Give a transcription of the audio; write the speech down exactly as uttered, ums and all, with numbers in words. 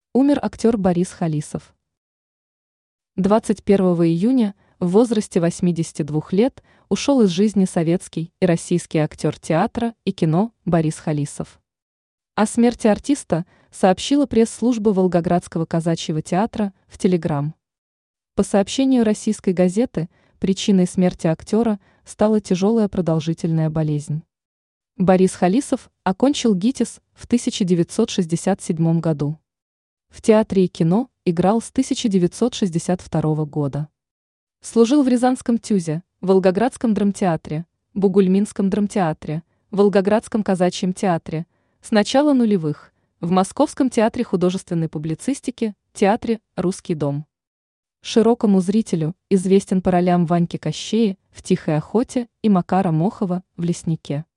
Умер актер Борис Халисов. двадцать первого июня в возрасте восьмидесяти двух лет ушел из жизни советский и российский актер театра и кино Борис Халисов. О смерти артиста сообщила пресс-служба Волгоградского казачьего театра в Телеграм. По сообщению российской газеты, причиной смерти актера стала тяжелая продолжительная болезнь. Борис Халисов окончил ГИТИС в тысяча девятьсот шестьдесят седьмом году. В театре и кино играл с тысяча девятьсот шестьдесят второго года. Служил в Рязанском ТЮЗе, Волгоградском драмтеатре, Бугульминском драмтеатре, Волгоградском казачьем театре, с начала нулевых, в Московском театре художественной публицистики, театре «Русский дом». Широкому зрителю известен по ролям Ваньки Кощея в «Тихой охоте» и Макара Мохова в «Леснике».